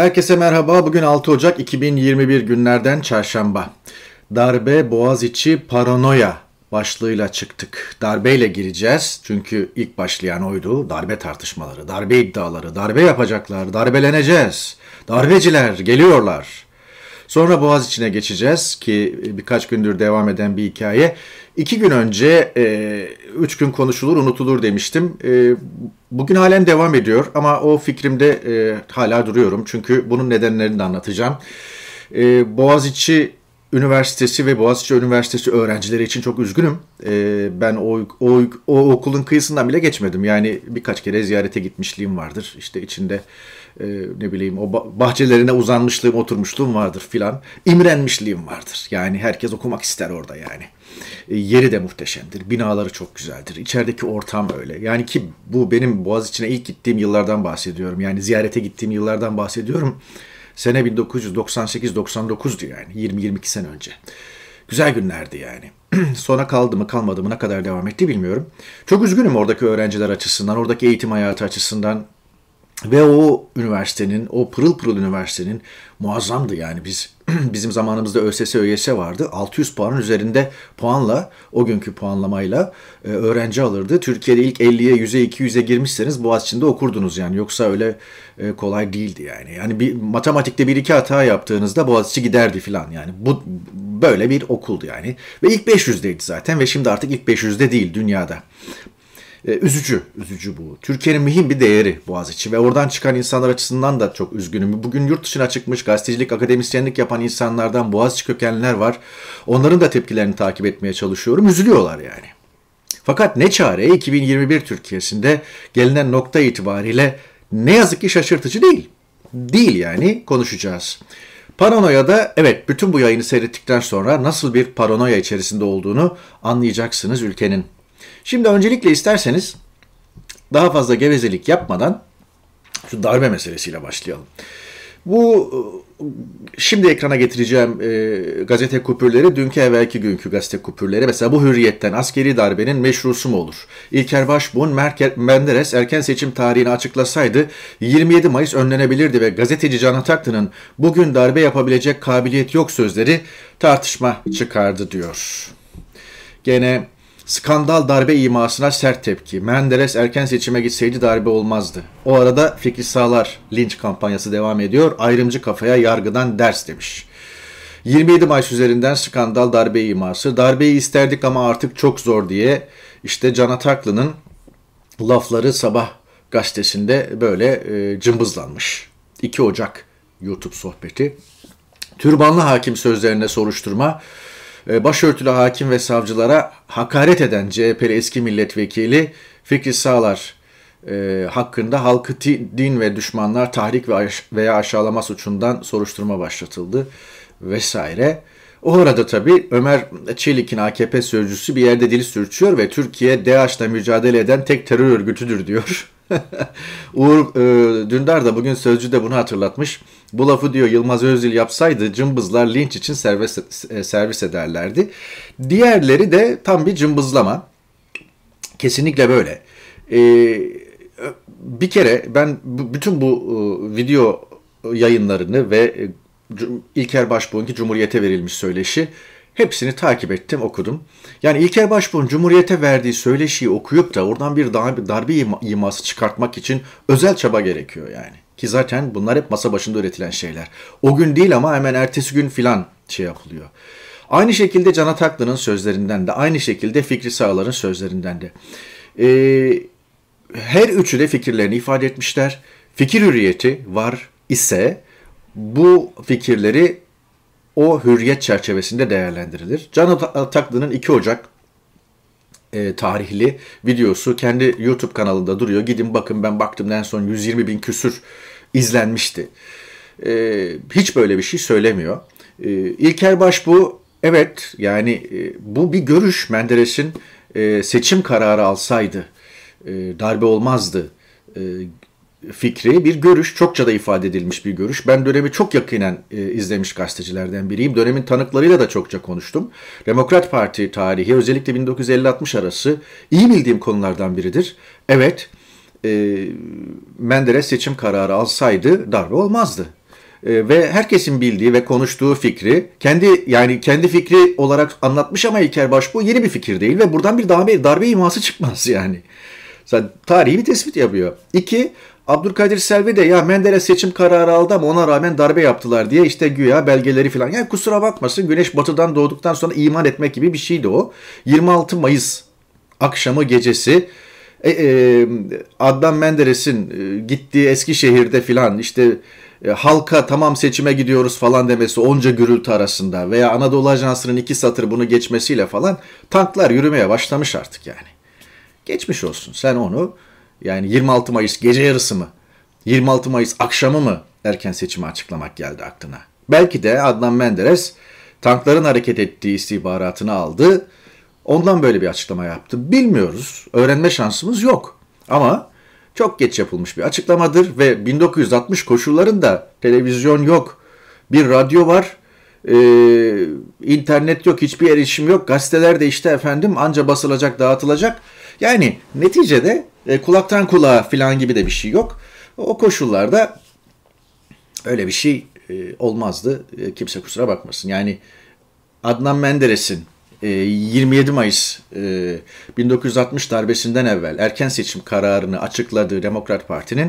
Herkese merhaba. Bugün 6 Ocak 2021 günlerden çarşamba. Darbe, Boğaziçi, paranoya başlığıyla çıktık. Darbeyle gireceğiz. Çünkü ilk başlayan oydu. Darbe tartışmaları, darbe iddiaları, darbe yapacaklar, darbeleneceğiz. Darbeciler geliyorlar. Sonra Boğaziçi'ne geçeceğiz ki birkaç gündür devam eden bir hikaye. 2 gün önce 3 gün konuşulur unutulur demiştim. Bugün halen devam ediyor ama o fikrimde hala duruyorum. Çünkü bunun nedenlerini de anlatacağım. Boğaziçi Üniversitesi ve Boğaziçi Üniversitesi öğrencileri için çok üzgünüm. Ben o okulun kıyısından bile geçmedim. Yani birkaç kere ziyarete gitmişliğim vardır. İşte içinde ne bileyim o bahçelerine uzanmışlığım, oturmuşluğum vardır filan. İmrenmişliğim vardır. Yani herkes okumak ister orada yani. Yeri de muhteşemdir. Binaları çok güzeldir. İçerideki ortam öyle. Yani ki bu benim Boğaziçi'ne ilk gittiğim yıllardan bahsediyorum. Yani ziyarete gittiğim yıllardan bahsediyorum. Sene 1998-99'du yani. 20-22 sene önce. Güzel günlerdi yani. Sonra kaldı mı kalmadı mı ne kadar devam etti bilmiyorum. Çok üzgünüm oradaki öğrenciler açısından, oradaki eğitim hayatı açısından. Ve o üniversitenin, o pırıl pırıl üniversitenin muazzamdı yani bizim zamanımızda ÖSS, ÖYS vardı. 600 puanın üzerinde puanla, o günkü puanlamayla öğrenci alırdı. Türkiye'de ilk 50'ye, 100'e, 200'e girmişseniz Boğaziçi'nde okurdunuz yani. Yoksa öyle kolay değildi yani. Yani bir matematikte bir iki hata yaptığınızda Boğaziçi giderdi falan yani. Bu böyle bir okuldu yani. Ve ilk 500'deydi zaten ve şimdi artık ilk 500'de değil dünyada. Üzücü bu. Türkiye'nin mühim bir değeri Boğaziçi ve oradan çıkan insanlar açısından da çok üzgünüm. Bugün yurt dışına çıkmış gazetecilik, akademisyenlik yapan insanlardan Boğaziçi kökenliler var. Onların da tepkilerini takip etmeye çalışıyorum. Üzülüyorlar yani. Fakat ne çare 2021 Türkiye'sinde gelinen nokta itibariyle ne yazık ki şaşırtıcı değil. Değil yani konuşacağız. Paranoya'da evet bütün bu yayını seyrettikten sonra nasıl bir paranoya içerisinde olduğunu anlayacaksınız ülkenin. Şimdi öncelikle isterseniz daha fazla gevezelik yapmadan şu darbe meselesiyle başlayalım. Bu şimdi ekrana getireceğim gazete kupürleri dünkü evvelki günkü gazete kupürleri. Mesela bu Hürriyet'ten askeri darbenin meşrusu mu olur? İlker Başbuğ'un Menderes erken seçim tarihini açıklasaydı 27 Mayıs önlenebilirdi ve gazeteci Can Ataklı'nın bugün darbe yapabilecek kabiliyet yok sözleri tartışma çıkardı diyor. Gene skandal darbe imasına sert tepki. Menderes erken seçime gitseydi darbe olmazdı. O arada Fikri Sağlar linç kampanyası devam ediyor. Ayrımcı kafaya yargıdan ders demiş. 27 Mayıs üzerinden skandal darbe iması. Darbeyi isterdik ama artık çok zor diye işte Can Ataklı'nın lafları Sabah gazetesinde böyle cımbızlanmış. 2 Ocak YouTube sohbeti. Türbanlı hakim sözlerine soruşturma. Başörtülü hakim ve savcılara hakaret eden CHP'li eski milletvekili Fikri Sağlar hakkında halkı din ve düşmanlar tahrik veya aşağılama suçundan soruşturma başlatıldı vesaire. O arada tabii Ömer Çelik'in AKP sözcüsü bir yerde dili sürçüyor ve Türkiye DAEŞ'la mücadele eden tek terör örgütüdür diyor. Uğur Dündar da bugün Sözcü'de bunu hatırlatmış. Bu lafı diyor Yılmaz Özdil yapsaydı cımbızlar linç için servis ederlerdi. Diğerleri de tam bir cımbızlama. Kesinlikle böyle. Bir kere ben bütün bu video yayınlarını ve İlker Başbuğ'unki Cumhuriyet'e verilmiş söyleşi hepsini takip ettim, okudum. Yani İlker Başbuğ'un Cumhuriyet'e verdiği söyleşiyi okuyup da oradan bir darbe iması çıkartmak için özel çaba gerekiyor yani. Ki zaten bunlar hep masa başında üretilen şeyler. O gün değil ama hemen ertesi gün filan şey yapılıyor. Aynı şekilde Can Ataklı'nın sözlerinden de, aynı şekilde Fikri Sağlar'ın sözlerinden de. Her üçü de fikirlerini ifade etmişler. Fikir hürriyeti var ise bu fikirleri o hürriyet çerçevesinde değerlendirilir. Can Ataklı'nın 2 Ocak tarihli videosu kendi YouTube kanalında duruyor. Gidin bakın, ben baktım en son 120 bin küsür izlenmişti. Hiç böyle bir şey söylemiyor. İlker Başbuğ evet yani bu bir görüş. Menderes'in seçim kararı alsaydı darbe olmazdı fikri bir görüş, çokça da ifade edilmiş bir görüş. Ben dönemi çok yakinen izlemiş gazetecilerden biriyim. Dönemin tanıklarıyla da çokça konuştum. Demokrat Parti tarihi özellikle 1950-60 arası iyi bildiğim konulardan biridir. Evet, Menderes seçim kararı alsaydı darbe olmazdı. Ve herkesin bildiği ve konuştuğu fikri kendi fikri olarak anlatmış ama İlker Başbuğ yeni bir fikir değil ve buradan bir darbe iması çıkmaz yani. Zaten tarihi bir tespit yapıyor. İki, Abdülkadir Selvi de ya Menderes seçim kararı aldı ama ona rağmen darbe yaptılar diye işte güya belgeleri falan. Yani kusura bakmasın, güneş batıdan doğduktan sonra iman etmek gibi bir şeydi o. 26 Mayıs akşamı gecesi Adnan Menderes'in gittiği Eskişehir'de filan işte halka tamam seçime gidiyoruz falan demesi onca gürültü arasında veya Anadolu Ajansı'nın 2 satır bunu geçmesiyle falan tanklar yürümeye başlamış artık yani. Geçmiş olsun. Sen onu yani 26 Mayıs gece yarısı mı, 26 Mayıs akşamı mı erken seçimi açıklamak geldi aklına? Belki de Adnan Menderes tankların hareket ettiği istihbaratını aldı. Ondan böyle bir açıklama yaptı. Bilmiyoruz. Öğrenme şansımız yok. Ama çok geç yapılmış bir açıklamadır ve 1960 koşullarında televizyon yok, bir radyo var, internet yok, hiçbir erişim yok. Gazeteler de işte efendim anca basılacak, dağıtılacak. Yani neticede kulaktan kulağa falan gibi de bir şey yok. O koşullarda öyle bir şey olmazdı. Kimse kusura bakmasın. Yani Adnan Menderes'in 27 Mayıs 1960 darbesinden evvel erken seçim kararını açıkladığı Demokrat Parti'nin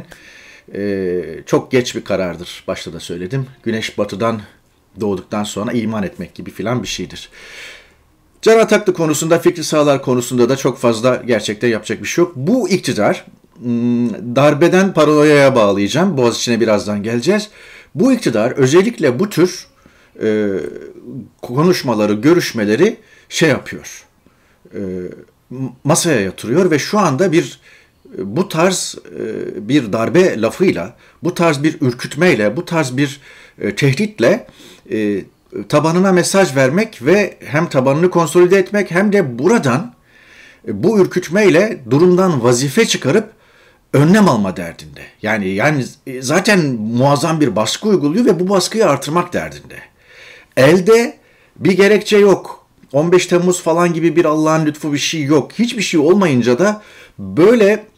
çok geç bir karardır. Başta da söyledim. Güneş batıdan doğduktan sonra iman etmek gibi filan bir şeydir. Can Ataklı konusunda, Fikri Sağlar konusunda da çok fazla gerçekten yapacak bir şey yok. Bu iktidar darbeden paranoyaya bağlayacağım. Boğaziçi'ne birazdan geleceğiz. Bu iktidar özellikle bu tür konuşmaları, görüşmeleri yapıyor. Masaya yatırıyor ve şu anda bu tarz bir darbe lafıyla, bu tarz bir ürkütmeyle, bu tarz bir tehditle tabanına mesaj vermek ve hem tabanını konsolide etmek hem de buradan bu ürkütmeyle durumdan vazife çıkarıp önlem alma derdinde. Yani zaten muazzam bir baskı uyguluyor ve bu baskıyı artırmak derdinde. Elde bir gerekçe yok. 15 Temmuz falan gibi bir Allah'ın lütfu bir şey yok. Hiçbir şey olmayınca da böyle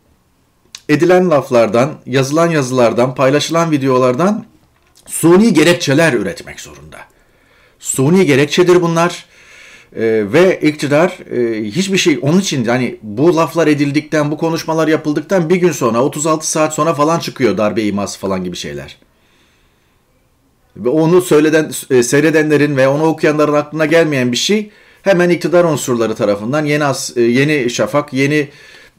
edilen laflardan, yazılan yazılardan, paylaşılan videolardan suni gerekçeler üretmek zorunda. Suni gerekçedir bunlar. Ve iktidar hiçbir şey onun için yani bu laflar edildikten, bu konuşmalar yapıldıktan bir gün sonra 36 saat sonra falan çıkıyor darbe iması falan gibi şeyler. Ve onu seyredenlerin ve onu okuyanların aklına gelmeyen bir şey hemen iktidar unsurları tarafından Yeni Şafak, Yeni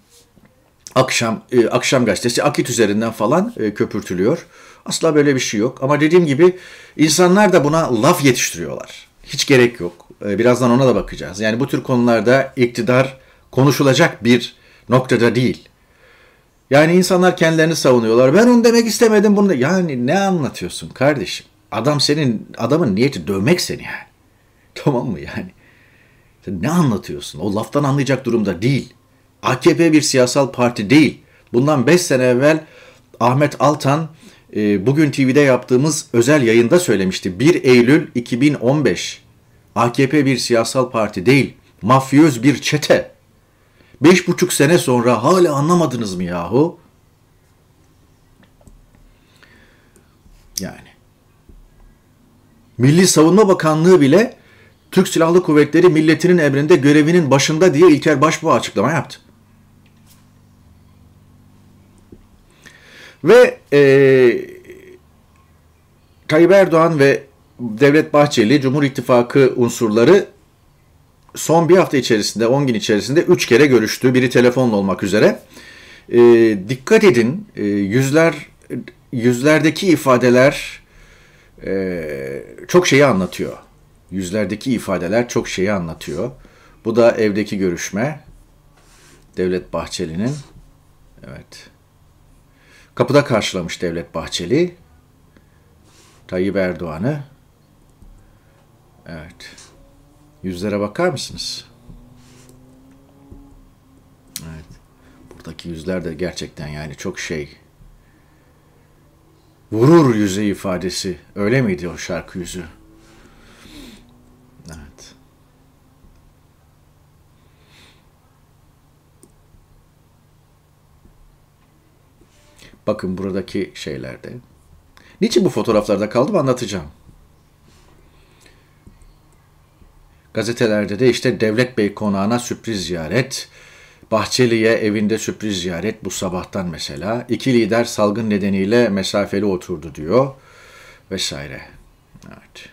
Akşam Gazetesi, Akit üzerinden falan köpürtülüyor. Asla böyle bir şey yok. Ama dediğim gibi insanlar da buna laf yetiştiriyorlar. Hiç gerek yok. Birazdan ona da bakacağız. Yani bu tür konularda iktidar konuşulacak bir noktada değil. Yani insanlar kendilerini savunuyorlar. Ben onu demek istemedim bunu. Yani ne anlatıyorsun kardeşim? Adamın niyeti dövmek seni yani. Tamam mı yani? Sen ne anlatıyorsun? O laftan anlayacak durumda değil. AKP bir siyasal parti değil. Bundan 5 sene evvel Ahmet Altan bugün TV'de yaptığımız özel yayında söylemişti. 1 Eylül 2015. AKP bir siyasal parti değil. Mafyöz bir çete. 5,5 sene sonra hala anlamadınız mı yahu? Yani. Milli Savunma Bakanlığı bile Türk Silahlı Kuvvetleri milletinin emrinde görevinin başında diye İlker Başbuğ açıklama yaptı. Ve Tayyip Erdoğan ve Devlet Bahçeli, Cumhur İttifakı unsurları son bir hafta içerisinde, 10 gün içerisinde 3 kere görüştü. Biri telefonla olmak üzere. Dikkat edin, yüzlerdeki ifadeler çok şeyi anlatıyor. Yüzlerdeki ifadeler çok şeyi anlatıyor. Bu da evdeki görüşme. Devlet Bahçeli'nin. Evet. Kapıda karşılamış Devlet Bahçeli Tayyip Erdoğan'ı. Evet. Yüzlere bakar mısınız? Evet. Buradaki yüzler de gerçekten yani çok vurur yüzü ifadesi. Öyle miydi o şarkı yüzü? Evet. Bakın buradaki şeylerde. Niçin bu fotoğraflarda kaldım anlatacağım. Gazetelerde de işte Devlet Bey konağına sürpriz ziyaret, Bahçeli'ye evinde sürpriz ziyaret bu sabahtan mesela. İki lider salgın nedeniyle mesafeli oturdu diyor vesaire. Evet.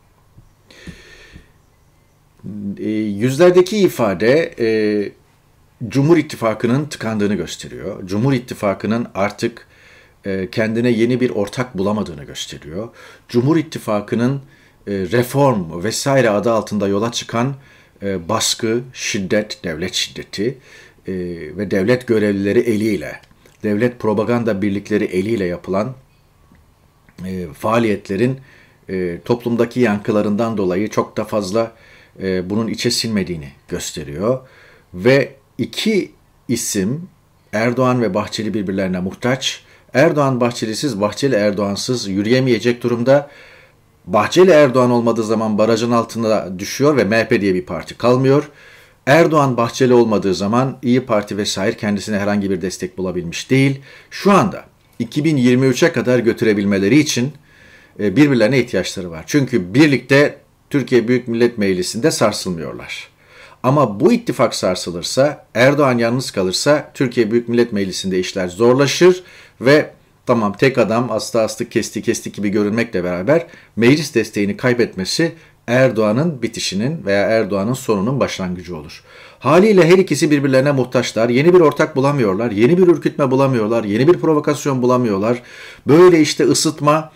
Yüzlerdeki ifade Cumhur İttifakı'nın tıkandığını gösteriyor. Cumhur İttifakı'nın artık kendine yeni bir ortak bulamadığını gösteriyor. Cumhur İttifakı'nın reform vesaire adı altında yola çıkan baskı, şiddet, devlet şiddeti ve devlet görevlileri eliyle, devlet propaganda birlikleri eliyle yapılan faaliyetlerin toplumdaki yankılarından dolayı çok da fazla bunun içe sinmediğini gösteriyor. Ve iki isim Erdoğan ve Bahçeli birbirlerine muhtaç. Erdoğan Bahçelisiz, Bahçeli Erdoğansız yürüyemeyecek durumda. Bahçeli Erdoğan olmadığı zaman barajın altında düşüyor ve MHP diye bir parti kalmıyor. Erdoğan Bahçeli olmadığı zaman İyi Parti vesaire kendisine herhangi bir destek bulabilmiş değil. Şu anda 2023'e kadar götürebilmeleri için birbirlerine ihtiyaçları var. Çünkü birlikte Türkiye Büyük Millet Meclisi'nde sarsılmıyorlar. Ama bu ittifak sarsılırsa, Erdoğan yalnız kalırsa Türkiye Büyük Millet Meclisi'nde işler zorlaşır ve tamam tek adam aslı aslı kesti gibi görünmekle beraber meclis desteğini kaybetmesi Erdoğan'ın bitişinin veya Erdoğan'ın sonunun başlangıcı olur. Haliyle her ikisi birbirlerine muhtaçlar. Yeni bir ortak bulamıyorlar, yeni bir ürkütme bulamıyorlar, yeni bir provokasyon bulamıyorlar. Böyle işte ısıtma,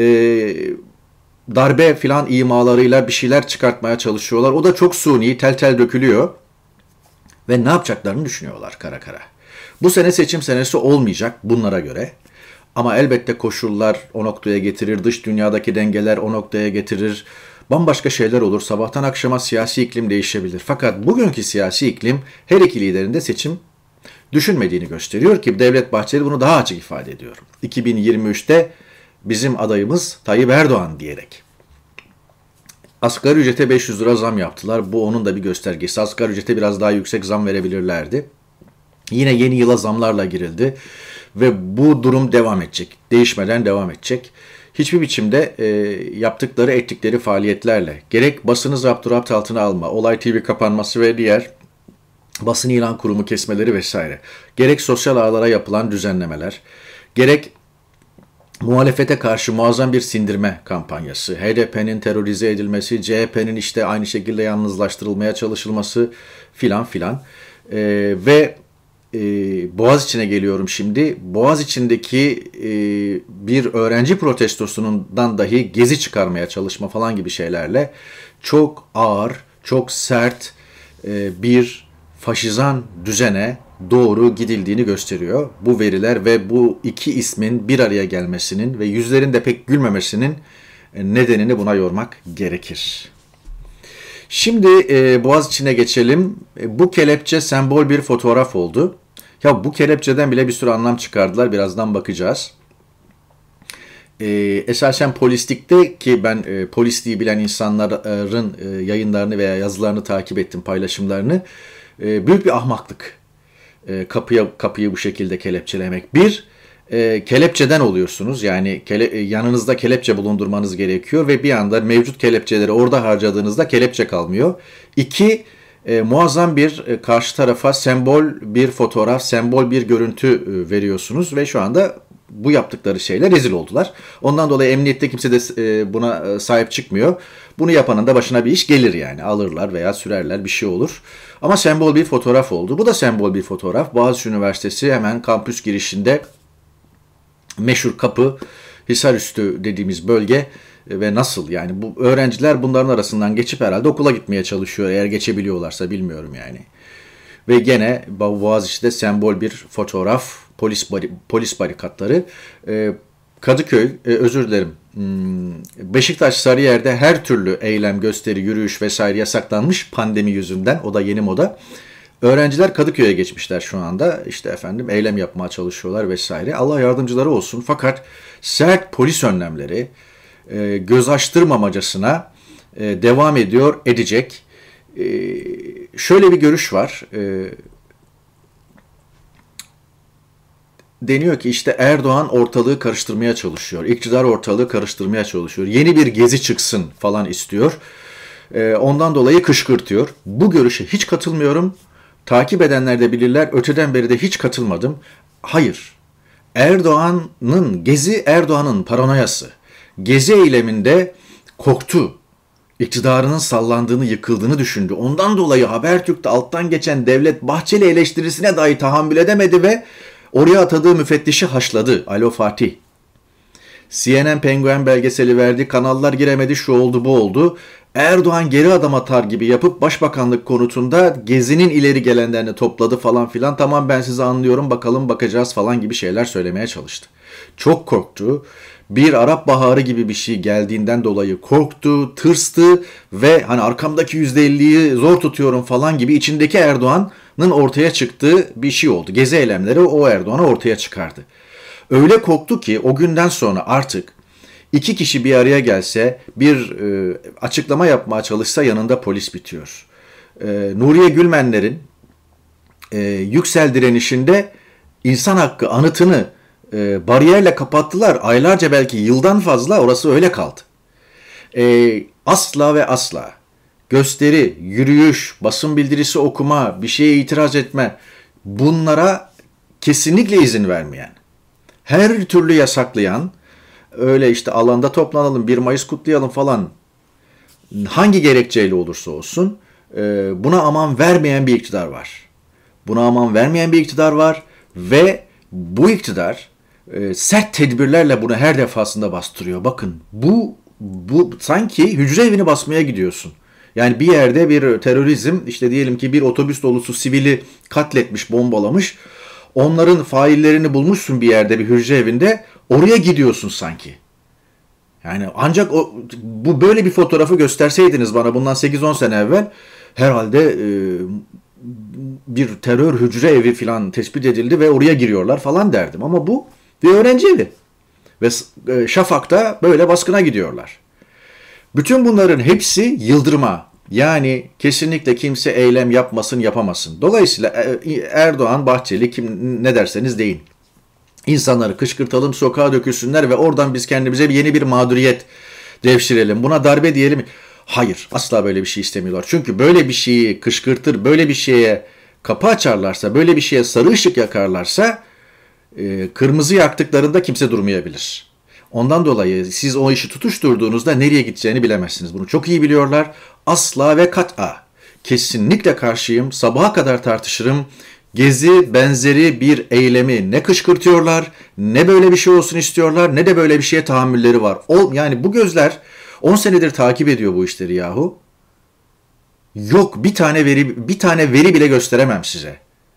darbe filan imalarıyla bir şeyler çıkartmaya çalışıyorlar. O da çok suni, tel tel dökülüyor. Ve ne yapacaklarını düşünüyorlar kara kara. Bu sene seçim senesi olmayacak bunlara göre. Ama elbette koşullar o noktaya getirir, dış dünyadaki dengeler o noktaya getirir. Bambaşka şeyler olur. Sabahtan akşama siyasi iklim değişebilir. Fakat bugünkü siyasi iklim her iki liderin de seçim düşünmediğini gösteriyor ki Devlet Bahçeli bunu daha açık ifade ediyor. 2023'te bizim adayımız Tayyip Erdoğan diyerek. Asgari ücrete 500 lira zam yaptılar. Bu onun da bir göstergesi. Asgari ücrete biraz daha yüksek zam verebilirlerdi. Yine yeni yıla zamlarla girildi. Ve bu durum devam edecek. Değişmeden devam edecek. Hiçbir biçimde yaptıkları, ettikleri faaliyetlerle gerek basını zapturapt altına alma, Olay TV kapanması ve diğer basın ilan kurumu kesmeleri vesaire, gerek sosyal ağlara yapılan düzenlemeler, gerek muhalefete karşı muazzam bir sindirme kampanyası, HDP'nin terörize edilmesi, CHP'nin işte aynı şekilde yalnızlaştırılmaya çalışılması filan filan ve Boğaziçi'ne geliyorum şimdi. Boğaziçi'ndeki bir öğrenci protestosundan dahi gezi çıkarmaya çalışma falan gibi şeylerle çok ağır, çok sert bir faşizan düzene doğru gidildiğini gösteriyor. Bu veriler ve bu iki ismin bir araya gelmesinin ve yüzlerin de pek gülmemesinin nedenini buna yormak gerekir. Şimdi Boğaziçi'ne geçelim. Bu kelepçe sembol bir fotoğraf oldu. Ya bu kelepçeden bile bir sürü anlam çıkardılar. Birazdan bakacağız. Esasen polislikte ki ben polisliği bilen insanların yayınlarını veya yazılarını takip ettim, paylaşımlarını. Büyük bir ahmaklık. Kapıyı bu şekilde kelepçelemek. Kelepçeden oluyorsunuz. Yani yanınızda kelepçe bulundurmanız gerekiyor ve bir anda mevcut kelepçeleri orada harcadığınızda kelepçe kalmıyor. Muazzam bir karşı tarafa sembol bir fotoğraf, sembol bir görüntü veriyorsunuz ve şu anda bu yaptıkları şeyle rezil oldular. Ondan dolayı emniyette kimse de buna sahip çıkmıyor. Bunu yapanın da başına bir iş gelir yani. Alırlar veya sürerler, bir şey olur. Ama sembol bir fotoğraf oldu. Bu da sembol bir fotoğraf. Boğaziçi Üniversitesi hemen kampüs girişinde meşhur kapı, Hisarüstü dediğimiz bölge ve nasıl yani bu öğrenciler bunların arasından geçip herhalde okula gitmeye çalışıyor. Eğer geçebiliyorlarsa bilmiyorum yani. Ve gene Boğaziçi'de sembol bir fotoğraf, polis barikatları. Kadıköy, özür dilerim, Beşiktaş, Sarıyer'de her türlü eylem, gösteri, yürüyüş vesaire yasaklanmış pandemi yüzünden. O da yeni moda. Öğrenciler Kadıköy'e geçmişler şu anda. İşte efendim eylem yapmaya çalışıyorlar vesaire. Allah yardımcıları olsun. Fakat sert polis önlemleri göz açtırmamacasına devam ediyor, edecek. Şöyle bir görüş var. deniyor ki işte Erdoğan ortalığı karıştırmaya çalışıyor. İktidar ortalığı karıştırmaya çalışıyor. Yeni bir gezi çıksın falan istiyor. Ondan dolayı kışkırtıyor. Bu görüşe hiç katılmıyorum. Takip edenler de bilirler. Öteden beri de hiç katılmadım. Hayır. Gezi Erdoğan'ın paranoyası. Gezi eyleminde korktu. İktidarının sallandığını, yıkıldığını düşündü. Ondan dolayı Habertürk'te alttan geçen Devlet Bahçeli eleştirisine dahi tahammül edemedi ve oraya atadığı müfettişi haşladı. Alo Fatih. CNN Penguen belgeseli verdi, kanallar giremedi, şu oldu bu oldu. Erdoğan geri adım atar gibi yapıp başbakanlık konutunda Gezi'nin ileri gelenlerini topladı falan filan. Tamam ben sizi anlıyorum, bakalım bakacağız falan gibi şeyler söylemeye çalıştı. Çok korktu. Bir Arap Baharı gibi bir şey geldiğinden dolayı korktu, tırstı ve hani arkamdaki %50'yi zor tutuyorum falan gibi içindeki Erdoğan'ın ortaya çıktığı bir şey oldu. Gezi eylemleri o Erdoğan'ı ortaya çıkardı. Öyle korktu ki o günden sonra artık iki kişi bir araya gelse, bir açıklama yapmaya çalışsa yanında polis bitiyor. Nuriye Gülmenler'in Yüksel direnişinde insan hakkı anıtını bariyerle kapattılar. Aylarca, belki yıldan fazla orası öyle kaldı. Asla ve asla gösteri, yürüyüş, basın bildirisi okuma, bir şeye itiraz etme, bunlara kesinlikle izin vermeyen, her türlü yasaklayan, öyle işte alanda toplanalım, 1 Mayıs kutlayalım falan, hangi gerekçeyle olursa olsun buna aman vermeyen bir iktidar var. Buna aman vermeyen bir iktidar var ve bu iktidar sert tedbirlerle bunu her defasında bastırıyor. Bakın bu sanki hücre evini basmaya gidiyorsun. Yani bir yerde bir terörizm, işte diyelim ki bir otobüs dolusu sivili katletmiş, bombalamış. Onların faillerini bulmuşsun bir yerde, bir hücre evinde. Oraya gidiyorsun sanki. Yani ancak bu böyle bir fotoğrafı gösterseydiniz bana bundan 8-10 sene evvel, herhalde bir terör hücre evi falan tespit edildi ve oraya giriyorlar falan derdim. Ama bu bir öğrenci evi. Ve Şafak'ta böyle baskına gidiyorlar. Bütün bunların hepsi yıldırma. Yani kesinlikle kimse eylem yapmasın, yapamasın. Dolayısıyla Erdoğan, Bahçeli, kim ne derseniz deyin. İnsanları kışkırtalım, sokağa dökülsünler ve oradan biz kendimize yeni bir mağduriyet devşirelim. Buna darbe diyelim. Hayır, asla böyle bir şey istemiyorlar. Çünkü böyle bir şeyi kışkırtır, böyle bir şeye kapı açarlarsa, böyle bir şeye sarı ışık yakarlarsa, kırmızı yaktıklarında kimse durmayabilir. Ondan dolayı siz o işi tutuşturduğunuzda nereye gideceğini bilemezsiniz. Bunu çok iyi biliyorlar. Asla ve kat'a. Kesinlikle karşıyım. Sabaha kadar tartışırım. Gezi benzeri bir eylemi ne kışkırtıyorlar, ne böyle bir şey olsun istiyorlar, ne de böyle bir şeye tahammülleri var. Yani bu gözler 10 senedir takip ediyor bu işleri yahu. Yok, bir tane veri bile gösteremem size.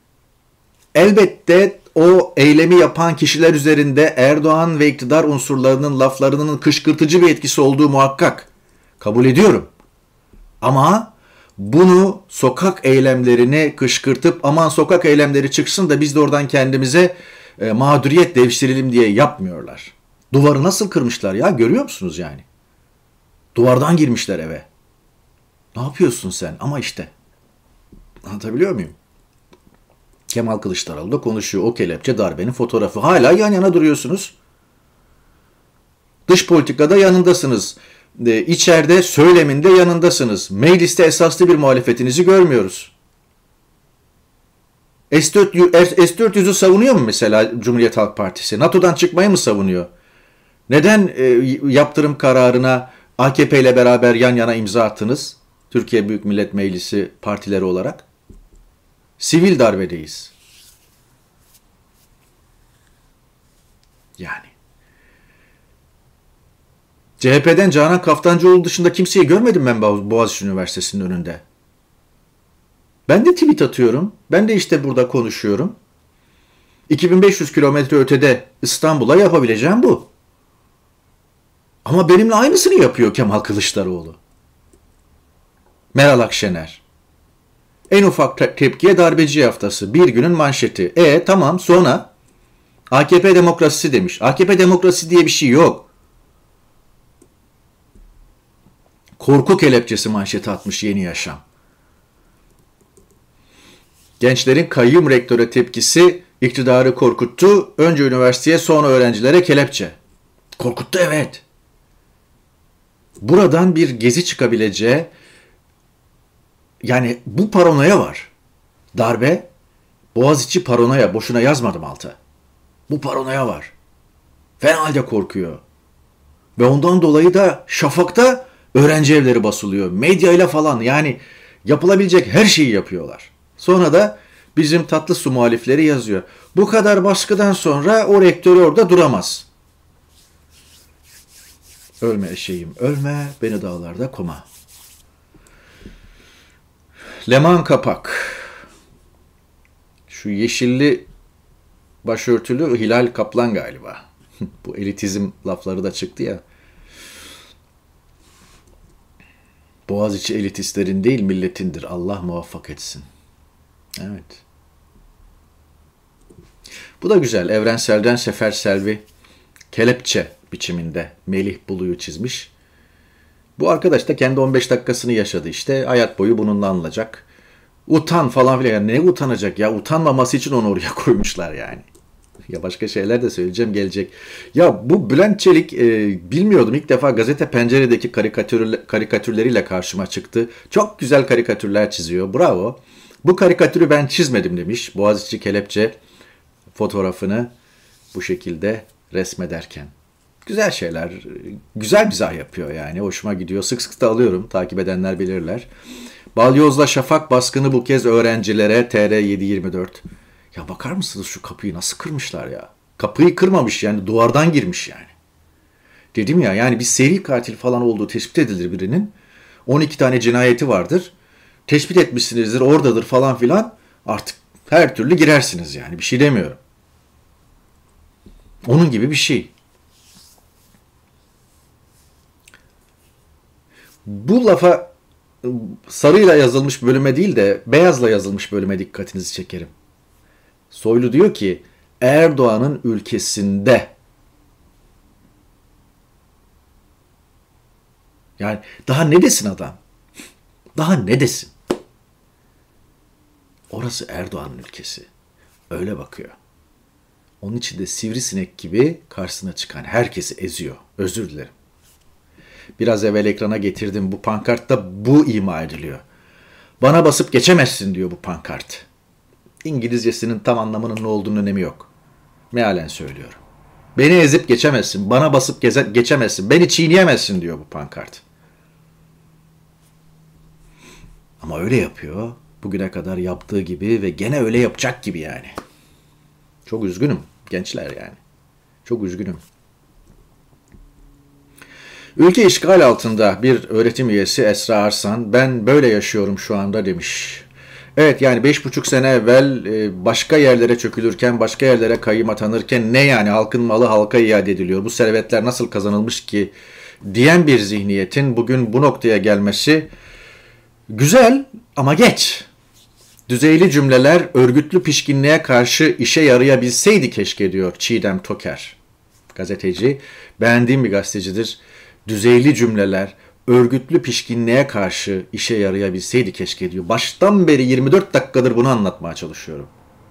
Elbette o eylemi yapan kişiler üzerinde Erdoğan ve iktidar unsurlarının laflarının kışkırtıcı bir etkisi olduğu muhakkak. Kabul ediyorum. Ama bunu sokak eylemlerine kışkırtıp aman sokak eylemleri çıksın da biz de oradan kendimize mağduriyet devşirelim diye yapmıyorlar. Duvarı nasıl kırmışlar ya, görüyor musunuz yani? Duvardan girmişler eve. Ne yapıyorsun sen? Ama işte. Anlatabiliyor muyum? Kemal Kılıçdaroğlu da konuşuyor. O kelepçe darbenin fotoğrafı. Hala yan yana duruyorsunuz. Dış politikada yanındasınız. İçeride söyleminde yanındasınız. Mecliste esaslı bir muhalefetinizi görmüyoruz. S-400'ü savunuyor mu mesela Cumhuriyet Halk Partisi? NATO'dan çıkmayı mı savunuyor? Neden yaptırım kararına AKP ile beraber yan yana imza attınız? Türkiye Büyük Millet Meclisi partileri olarak. Sivil darbedeyiz. Yani. CHP'den Canan Kaftancıoğlu dışında kimseyi görmedim ben Boğaziçi Üniversitesi'nin önünde. Ben de tweet atıyorum. Ben de işte burada konuşuyorum. 2500 kilometre ötede İstanbul'a yapabileceğim bu. Ama benimle aynısını yapıyor Kemal Kılıçdaroğlu. Meral Akşener. En ufak tepkiye darbeci haftası. Bir günün manşeti. Tamam, sonra AKP demokrasisi demiş. AKP demokrasisi diye bir şey yok. Korku kelepçesi manşeti atmış Yeni Yaşam. Gençlerin kayyum rektöre tepkisi İktidarı korkuttu. Önce üniversiteye, sonra öğrencilere kelepçe. Korkuttu, evet. Buradan bir gezi çıkabileceği, yani bu paranoya var. Darbe, Boğaziçi paranoya. Boşuna yazmadım alta. Bu paranoya var. Fena halde korkuyor. Ve ondan dolayı da Şafak'ta öğrenci evleri basılıyor. Medyayla falan, yani yapılabilecek her şeyi yapıyorlar. Sonra da bizim tatlı su muhalifleri yazıyor. Bu kadar baskıdan sonra o rektörü orada duramaz. Ölme eşeğim ölme, beni dağlarda koma. Leman Kapak. Şu yeşilli başörtülü Hilal Kaplan galiba. Bu elitizm lafları da çıktı ya. Boğaziçi elitistlerin değil milletindir. Allah muvaffak etsin. Evet. Bu da güzel. Evrensel'den Sefer Selvi kelepçe biçiminde Melih Bulu'yu çizmiş. Bu arkadaş da kendi 15 dakikasını yaşadı işte. Hayat boyu bununla anılacak. Utan falan filan. Yani ne utanacak ya? Utanmaması için onu oraya koymuşlar yani. Ya başka şeyler de söyleyeceğim, gelecek. Ya bu Bülent Çelik bilmiyordum. İlk defa Gazete Pencere'deki karikatürleriyle karşıma çıktı. Çok güzel karikatürler çiziyor. Bravo. Bu karikatürü ben çizmedim demiş. Boğaziçi kelepçe fotoğrafını bu şekilde resmederken. Güzel şeyler. Güzel mizah yapıyor yani. Hoşuma gidiyor. Sık sık da alıyorum. Takip edenler bilirler. Balyozla Şafak baskını bu kez öğrencilere TR724. Ya bakar mısınız şu kapıyı nasıl kırmışlar ya? Kapıyı kırmamış yani, duvardan girmiş yani. Dedim ya, yani bir seri katil falan olduğu tespit edilir birinin. 12 tane cinayeti vardır. Tespit etmişsinizdir, oradadır falan filan. Artık her türlü girersiniz yani, bir şey demiyorum. Onun gibi bir şey. Bu lafa sarıyla yazılmış bölüme değil de beyazla yazılmış bölüme dikkatinizi çekerim. Soylu diyor ki Erdoğan'ın ülkesinde, yani daha ne desin adam? Daha ne desin? Orası Erdoğan'ın ülkesi. Öyle bakıyor. Onun için de sivrisinek gibi karşısına çıkan herkesi eziyor. Özür dilerim. Biraz evvel ekrana getirdim. Bu pankartta bu ima ediliyor. Bana basıp geçemezsin diyor bu pankart. İngilizcesinin tam anlamının ne olduğunun önemi yok. Mealen söylüyorum. Beni ezip geçemezsin, bana basıp geçemezsin, beni çiğneyemezsin diyor bu pankart. Ama öyle yapıyor. Bugüne kadar yaptığı gibi ve gene öyle yapacak gibi yani. Çok üzgünüm gençler yani. Çok üzgünüm. Ülke işgal altında bir öğretim üyesi Esra Arsan, ben böyle yaşıyorum şu anda demiş. Evet, yani 5,5 sene evvel başka yerlere çökülürken, başka yerlere kayyım atanırken ne yani halkın malı halka iade ediliyor, bu servetler nasıl kazanılmış ki diyen bir zihniyetin bugün bu noktaya gelmesi güzel ama geç. Düzeyli cümleler örgütlü pişkinliğe karşı işe yarayabilseydi keşke diyor Çiğdem Toker. Gazeteci, beğendiğim bir gazetecidir. Düzeyli cümleler örgütlü pişkinliğe karşı işe yarayabilseydi keşke diyor. Baştan beri 24 dakikadır bunu anlatmaya çalışıyorum.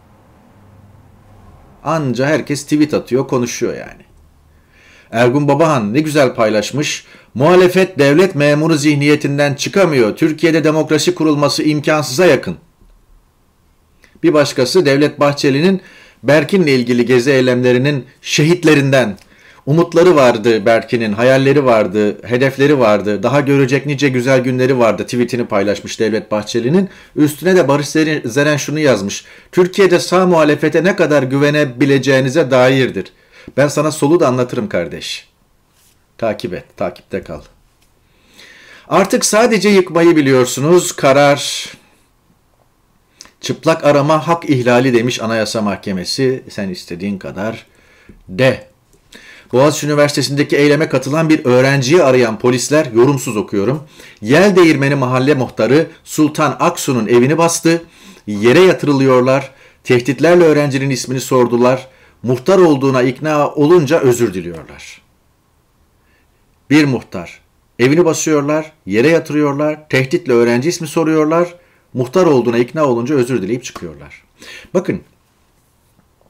Anca herkes tweet atıyor, konuşuyor yani. Ergun Babahan ne güzel paylaşmış. Muhalefet devlet memuru zihniyetinden çıkamıyor. Türkiye'de demokrasi kurulması imkansıza yakın. Bir başkası Devlet Bahçeli'nin Berkin'le ilgili gezi eylemlerinin şehitlerinden. Umutları vardı Berkin'in, hayalleri vardı, hedefleri vardı, daha görecek nice güzel günleri vardı. Tweetini paylaşmış Devlet Bahçeli'nin. Üstüne de Barış Zeren şunu yazmış. Türkiye'de sağ muhalefete ne kadar güvenebileceğinize dairdir. Ben sana solu da anlatırım kardeş. Takip et, takipte kal. Artık sadece yıkmayı biliyorsunuz. Karar çıplak arama hak ihlali demiş Anayasa Mahkemesi. Sen istediğin kadar de. Boğaziçi Üniversitesi'ndeki eyleme katılan bir öğrenciyi arayan polisler, yorumsuz okuyorum, Yeldeğirmeni Mahalle Muhtarı Sultan Aksu'nun evini bastı, yere yatırılıyorlar, tehditlerle öğrencinin ismini sordular, muhtar olduğuna ikna olunca özür diliyorlar. Bir muhtar, evini basıyorlar, yere yatırıyorlar, tehditle öğrenci ismi soruyorlar, muhtar olduğuna ikna olunca özür dileyip çıkıyorlar. Bakın,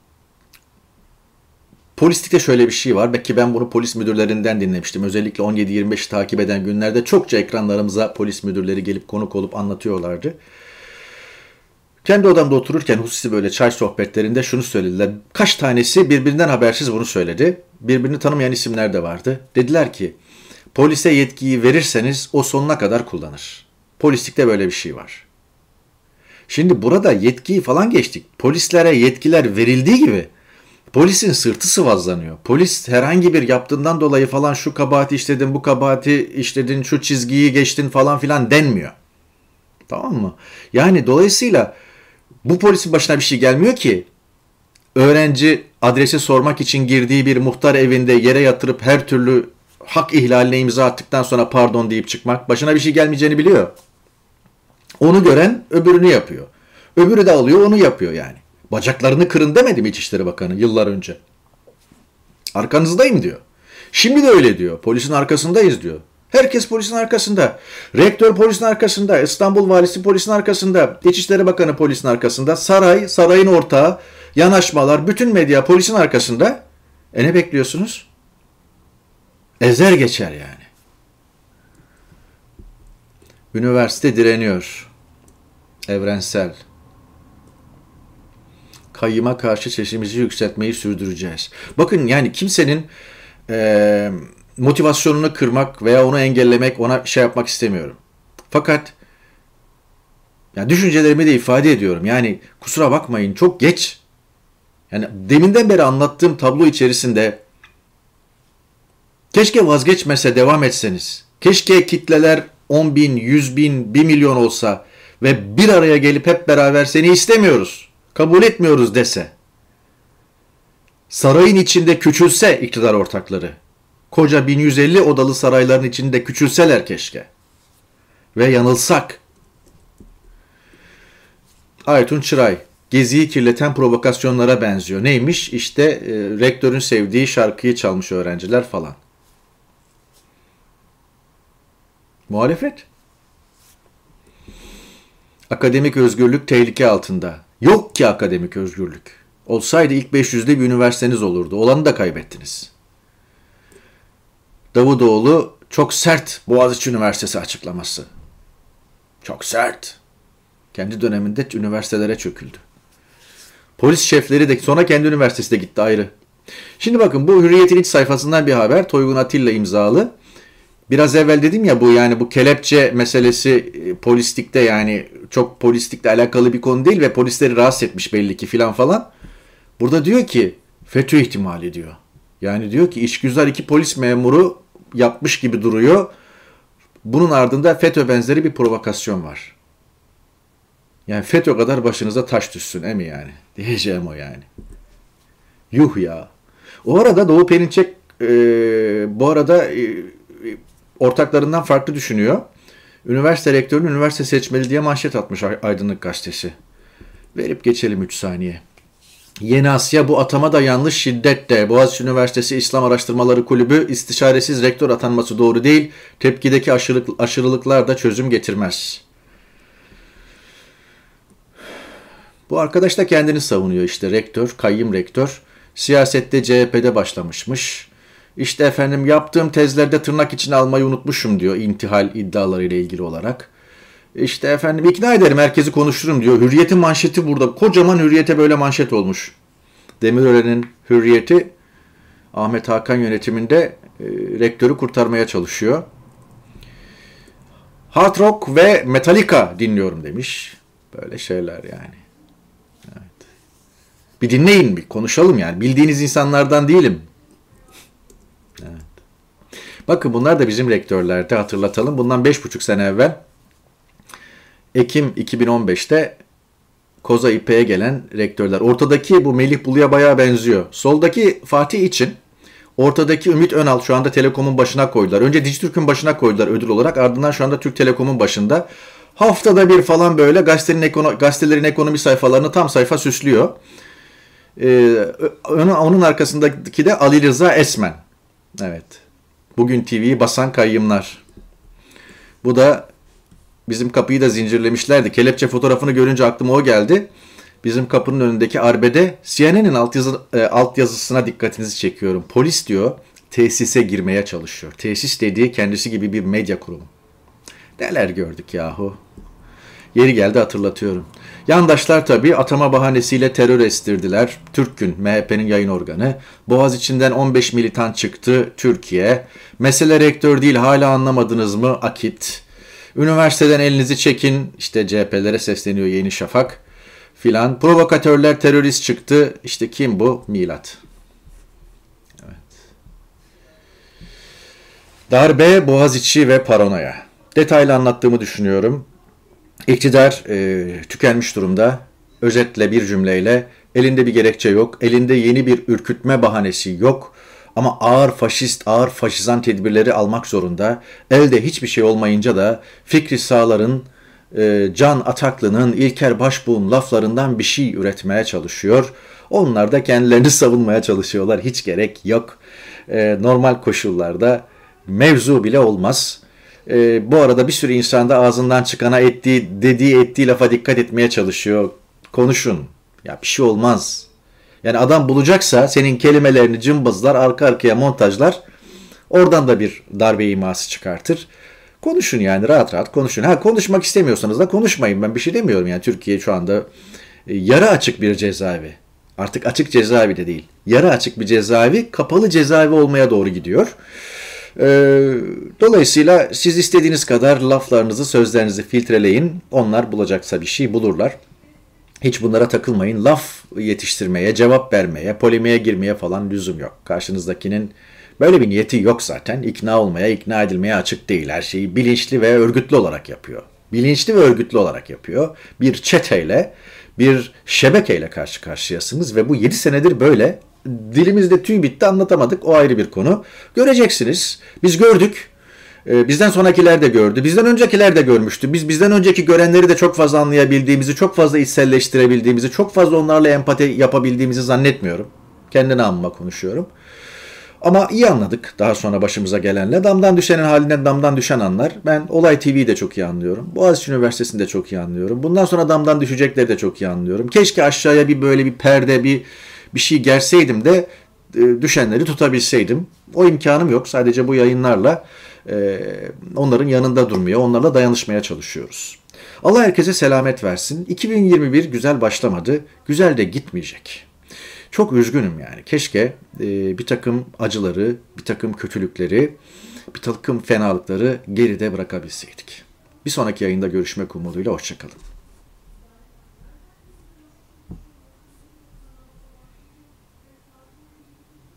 Polislikte şöyle bir şey var. Belki ben bunu polis müdürlerinden dinlemiştim. Özellikle 17-25'i takip eden günlerde çokça ekranlarımıza polis müdürleri gelip konuk olup anlatıyorlardı. Kendi odamda otururken hususi böyle çay sohbetlerinde şunu söylediler. Kaç tanesi birbirinden habersiz bunu söyledi. Birbirini tanımayan isimler de vardı. Dediler ki polise yetkiyi verirseniz o sonuna kadar kullanır. Polislikte böyle bir şey var. Şimdi burada yetkiyi falan geçtik. Polislere yetkiler verildiği gibi polisin sırtı sıvazlanıyor. Polis herhangi bir yaptığından dolayı falan şu kabahati işledin, bu kabahati işledin, şu çizgiyi geçtin falan filan denmiyor. Tamam mı? Yani dolayısıyla bu polisin başına bir şey gelmiyor ki. Öğrenci adresi sormak için girdiği bir muhtar evinde yere yatırıp her türlü hak ihlaline imza attıktan sonra pardon deyip çıkmak, başına bir şey gelmeyeceğini biliyor. Onu gören öbürünü yapıyor. Öbürü de alıyor onu yapıyor yani. Bacaklarını kırın demedi mi İçişleri Bakanı yıllar önce? Arkanızdayım diyor. Şimdi de öyle diyor. Polisin arkasındayız diyor. Herkes polisin arkasında. Rektör polisin arkasında. İstanbul Valisi polisin arkasında. İçişleri Bakanı polisin arkasında. Saray, sarayın ortağı, yanaşmalar, bütün medya polisin arkasında. Ne bekliyorsunuz? Ezer geçer yani. Üniversite direniyor. Evrensel. Kayyıma karşı sesimizi yükseltmeyi sürdüreceğiz. Bakın yani kimsenin motivasyonunu kırmak veya onu engellemek, ona şey yapmak istemiyorum. Fakat yani düşüncelerimi de ifade ediyorum. Yani kusura bakmayın çok geç. Yani deminden beri anlattığım tablo içerisinde keşke vazgeçmese devam etseniz. Keşke kitleler 10 bin, 100 bin, 1 milyon olsa ve bir araya gelip hep beraber seni istemiyoruz, kabul etmiyoruz dese. Sarayın içinde küçülse iktidar ortakları. Koca 1150 odalı sarayların içinde küçülseler keşke. Ve yanılsak. Aytun Çıray, Gezi'yi kirleten provokasyonlara benziyor. Neymiş? İşte rektörün sevdiği şarkıyı çalmış öğrenciler falan. Muhalefet. Akademik özgürlük tehlike altında. Yok ki akademik özgürlük. Olsaydı ilk 500'de bir üniversiteniz olurdu. Olanı da kaybettiniz. Davutoğlu çok sert Boğaziçi Üniversitesi açıklaması. Çok sert. Kendi döneminde üniversitelere çöküldü. Polis şefleri de sonra kendi üniversitesi de gitti ayrı. Şimdi bakın bu Hürriyet'in iç sayfasından bir haber. Toygun Atilla imzalı. Biraz evvel dedim ya bu yani bu kelepçe meselesi polislikte yani çok polislikle alakalı bir konu değil ve polisleri rahatsız etmiş belli ki filan falan. Burada diyor ki FETÖ ihtimali diyor. Yani diyor ki işgüzar 2 polis memuru yapmış gibi duruyor. Bunun ardında FETÖ benzeri bir provokasyon var. Yani FETÖ kadar başınıza taş düşsün mi yani? Diyeceğim o yani. Yuh ya. O arada Doğu Perinçek bu arada ortaklarından farklı düşünüyor. Üniversite rektörünün üniversite seçmeli diye manşet atmış Aydınlık Gazetesi. Verip geçelim 3 saniye. Yeni Asya bu atama da yanlış şiddetle. Boğaziçi Üniversitesi İslam Araştırmaları Kulübü istişaresiz rektör atanması doğru değil. Tepkideki aşırılıklar da çözüm getirmez. Bu arkadaş da kendini savunuyor işte rektör, kayyım rektör. Siyasette CHP'de başlamışmış. İşte efendim yaptığım tezlerde tırnak içine almayı unutmuşum diyor intihal iddialarıyla ilgili olarak. İşte efendim ikna ederim herkesi konuştururum diyor. Hürriyet'in manşeti burada. Kocaman Hürriyet'e böyle manşet olmuş. Demirören'in Hürriyet'i Ahmet Hakan yönetiminde rektörü kurtarmaya çalışıyor. Hard Rock ve Metallica dinliyorum demiş. Böyle şeyler yani. Evet. Bir dinleyin bir konuşalım yani. Bildiğiniz insanlardan değilim. Evet. Bakın bunlar da bizim rektörlerde hatırlatalım. Bundan 5,5 sene evvel Ekim 2015'te Koza İpek'e gelen rektörler. Ortadaki bu Melih Bulu'ya bayağı benziyor. Soldaki Fatih için, ortadaki Ümit Önal şu anda Telekom'un başına koydular. Önce Dijitürk'ün başına koydular ödül olarak. Ardından şu anda Türk Telekom'un başında. Haftada bir falan böyle gazetelerin ekonomi sayfalarını tam sayfa süslüyor. Onun arkasındaki de Ali Rıza Esmen. Evet. Bugün TV'yi basan kayyımlar. Bu da bizim kapıyı da zincirlemişlerdi. Kelepçe fotoğrafını görünce aklıma o geldi. Bizim kapının önündeki arbede CNN'in altyazısına dikkatinizi çekiyorum. Polis diyor tesise girmeye çalışıyor. Tesis dediği kendisi gibi bir medya kurumu. Neler gördük yahu. Yeri geldi hatırlatıyorum. Yandaşlar tabii atama bahanesiyle terör estirdiler. Türkgün, MHP'nin yayın organı. Boğaziçi'nden 15 militan çıktı Türkiye. Mesele rektör değil hala anlamadınız mı? Akit. Üniversiteden elinizi çekin. İşte CHP'lere sesleniyor Yeni Şafak filan. Provokatörler terörist çıktı. İşte kim bu? Milat. Evet. Darbe, Boğaziçi ve paranoya. Detaylı anlattığımı düşünüyorum. İktidar tükenmiş durumda. Özetle bir cümleyle elinde bir gerekçe yok. Elinde yeni bir ürkütme bahanesi yok. Ama ağır faşist, ağır faşizan tedbirleri almak zorunda. Elde hiçbir şey olmayınca da Fikri Sağlar'ın, Can Ataklı'nın, İlker Başbuğ'un laflarından bir şey üretmeye çalışıyor. Onlar da kendilerini savunmaya çalışıyorlar. Hiç gerek yok. Normal koşullarda mevzu bile olmaz. Bu arada bir sürü insan da ağzından çıkana ettiği lafa dikkat etmeye çalışıyor. Konuşun. Ya bir şey olmaz. Yani adam bulacaksa senin kelimelerini cımbızlar, arka arkaya montajlar. Oradan da bir darbe iması çıkartır. Konuşun yani rahat rahat konuşun. Ha konuşmak istemiyorsanız da konuşmayın. Ben bir şey demiyorum yani Türkiye şu anda yarı açık bir cezaevi. Artık açık cezaevi de değil. Yarı açık bir cezaevi, kapalı cezaevi olmaya doğru gidiyor. Dolayısıyla siz istediğiniz kadar laflarınızı, sözlerinizi filtreleyin. Onlar bulacaksa bir şey bulurlar. Hiç bunlara takılmayın. Laf yetiştirmeye, cevap vermeye, polemiğe girmeye falan lüzum yok. Karşınızdakinin böyle bir niyeti yok zaten. İkna olmaya, ikna edilmeye açık değil. Her şeyi bilinçli ve örgütlü olarak yapıyor. Bilinçli ve örgütlü olarak yapıyor. Bir çeteyle, bir şebekeyle karşı karşıyasınız ve bu 7 senedir böyle. Dilimizde tüy bitti anlatamadık. O ayrı bir konu. Göreceksiniz. Biz gördük. Bizden sonrakiler de gördü. Bizden öncekiler de görmüştü. Bizden önceki görenleri de çok fazla anlayabildiğimizi, çok fazla içselleştirebildiğimizi, çok fazla onlarla empati yapabildiğimizi zannetmiyorum. Kendi namıma konuşuyorum. Ama iyi anladık daha sonra başımıza gelenle. Damdan düşenin halinden damdan düşen anlar. Ben Olay TV'yi de çok iyi anlıyorum. Boğaziçi Üniversitesi'ni de çok iyi anlıyorum. Bundan sonra damdan düşecekleri de çok iyi anlıyorum. Keşke aşağıya bir böyle bir perde, bir şey gerseydim de düşenleri tutabilseydim. O imkanım yok. Sadece bu yayınlarla onların yanında durmaya, onlarla dayanışmaya çalışıyoruz. Allah herkese selamet versin. 2021 güzel başlamadı. Güzel de gitmeyecek. Çok üzgünüm yani. Keşke bir takım acıları, bir takım kötülükleri, bir takım fenalıkları geride bırakabilseydik. Bir sonraki yayında görüşmek umuduyla. Hoşça kalın.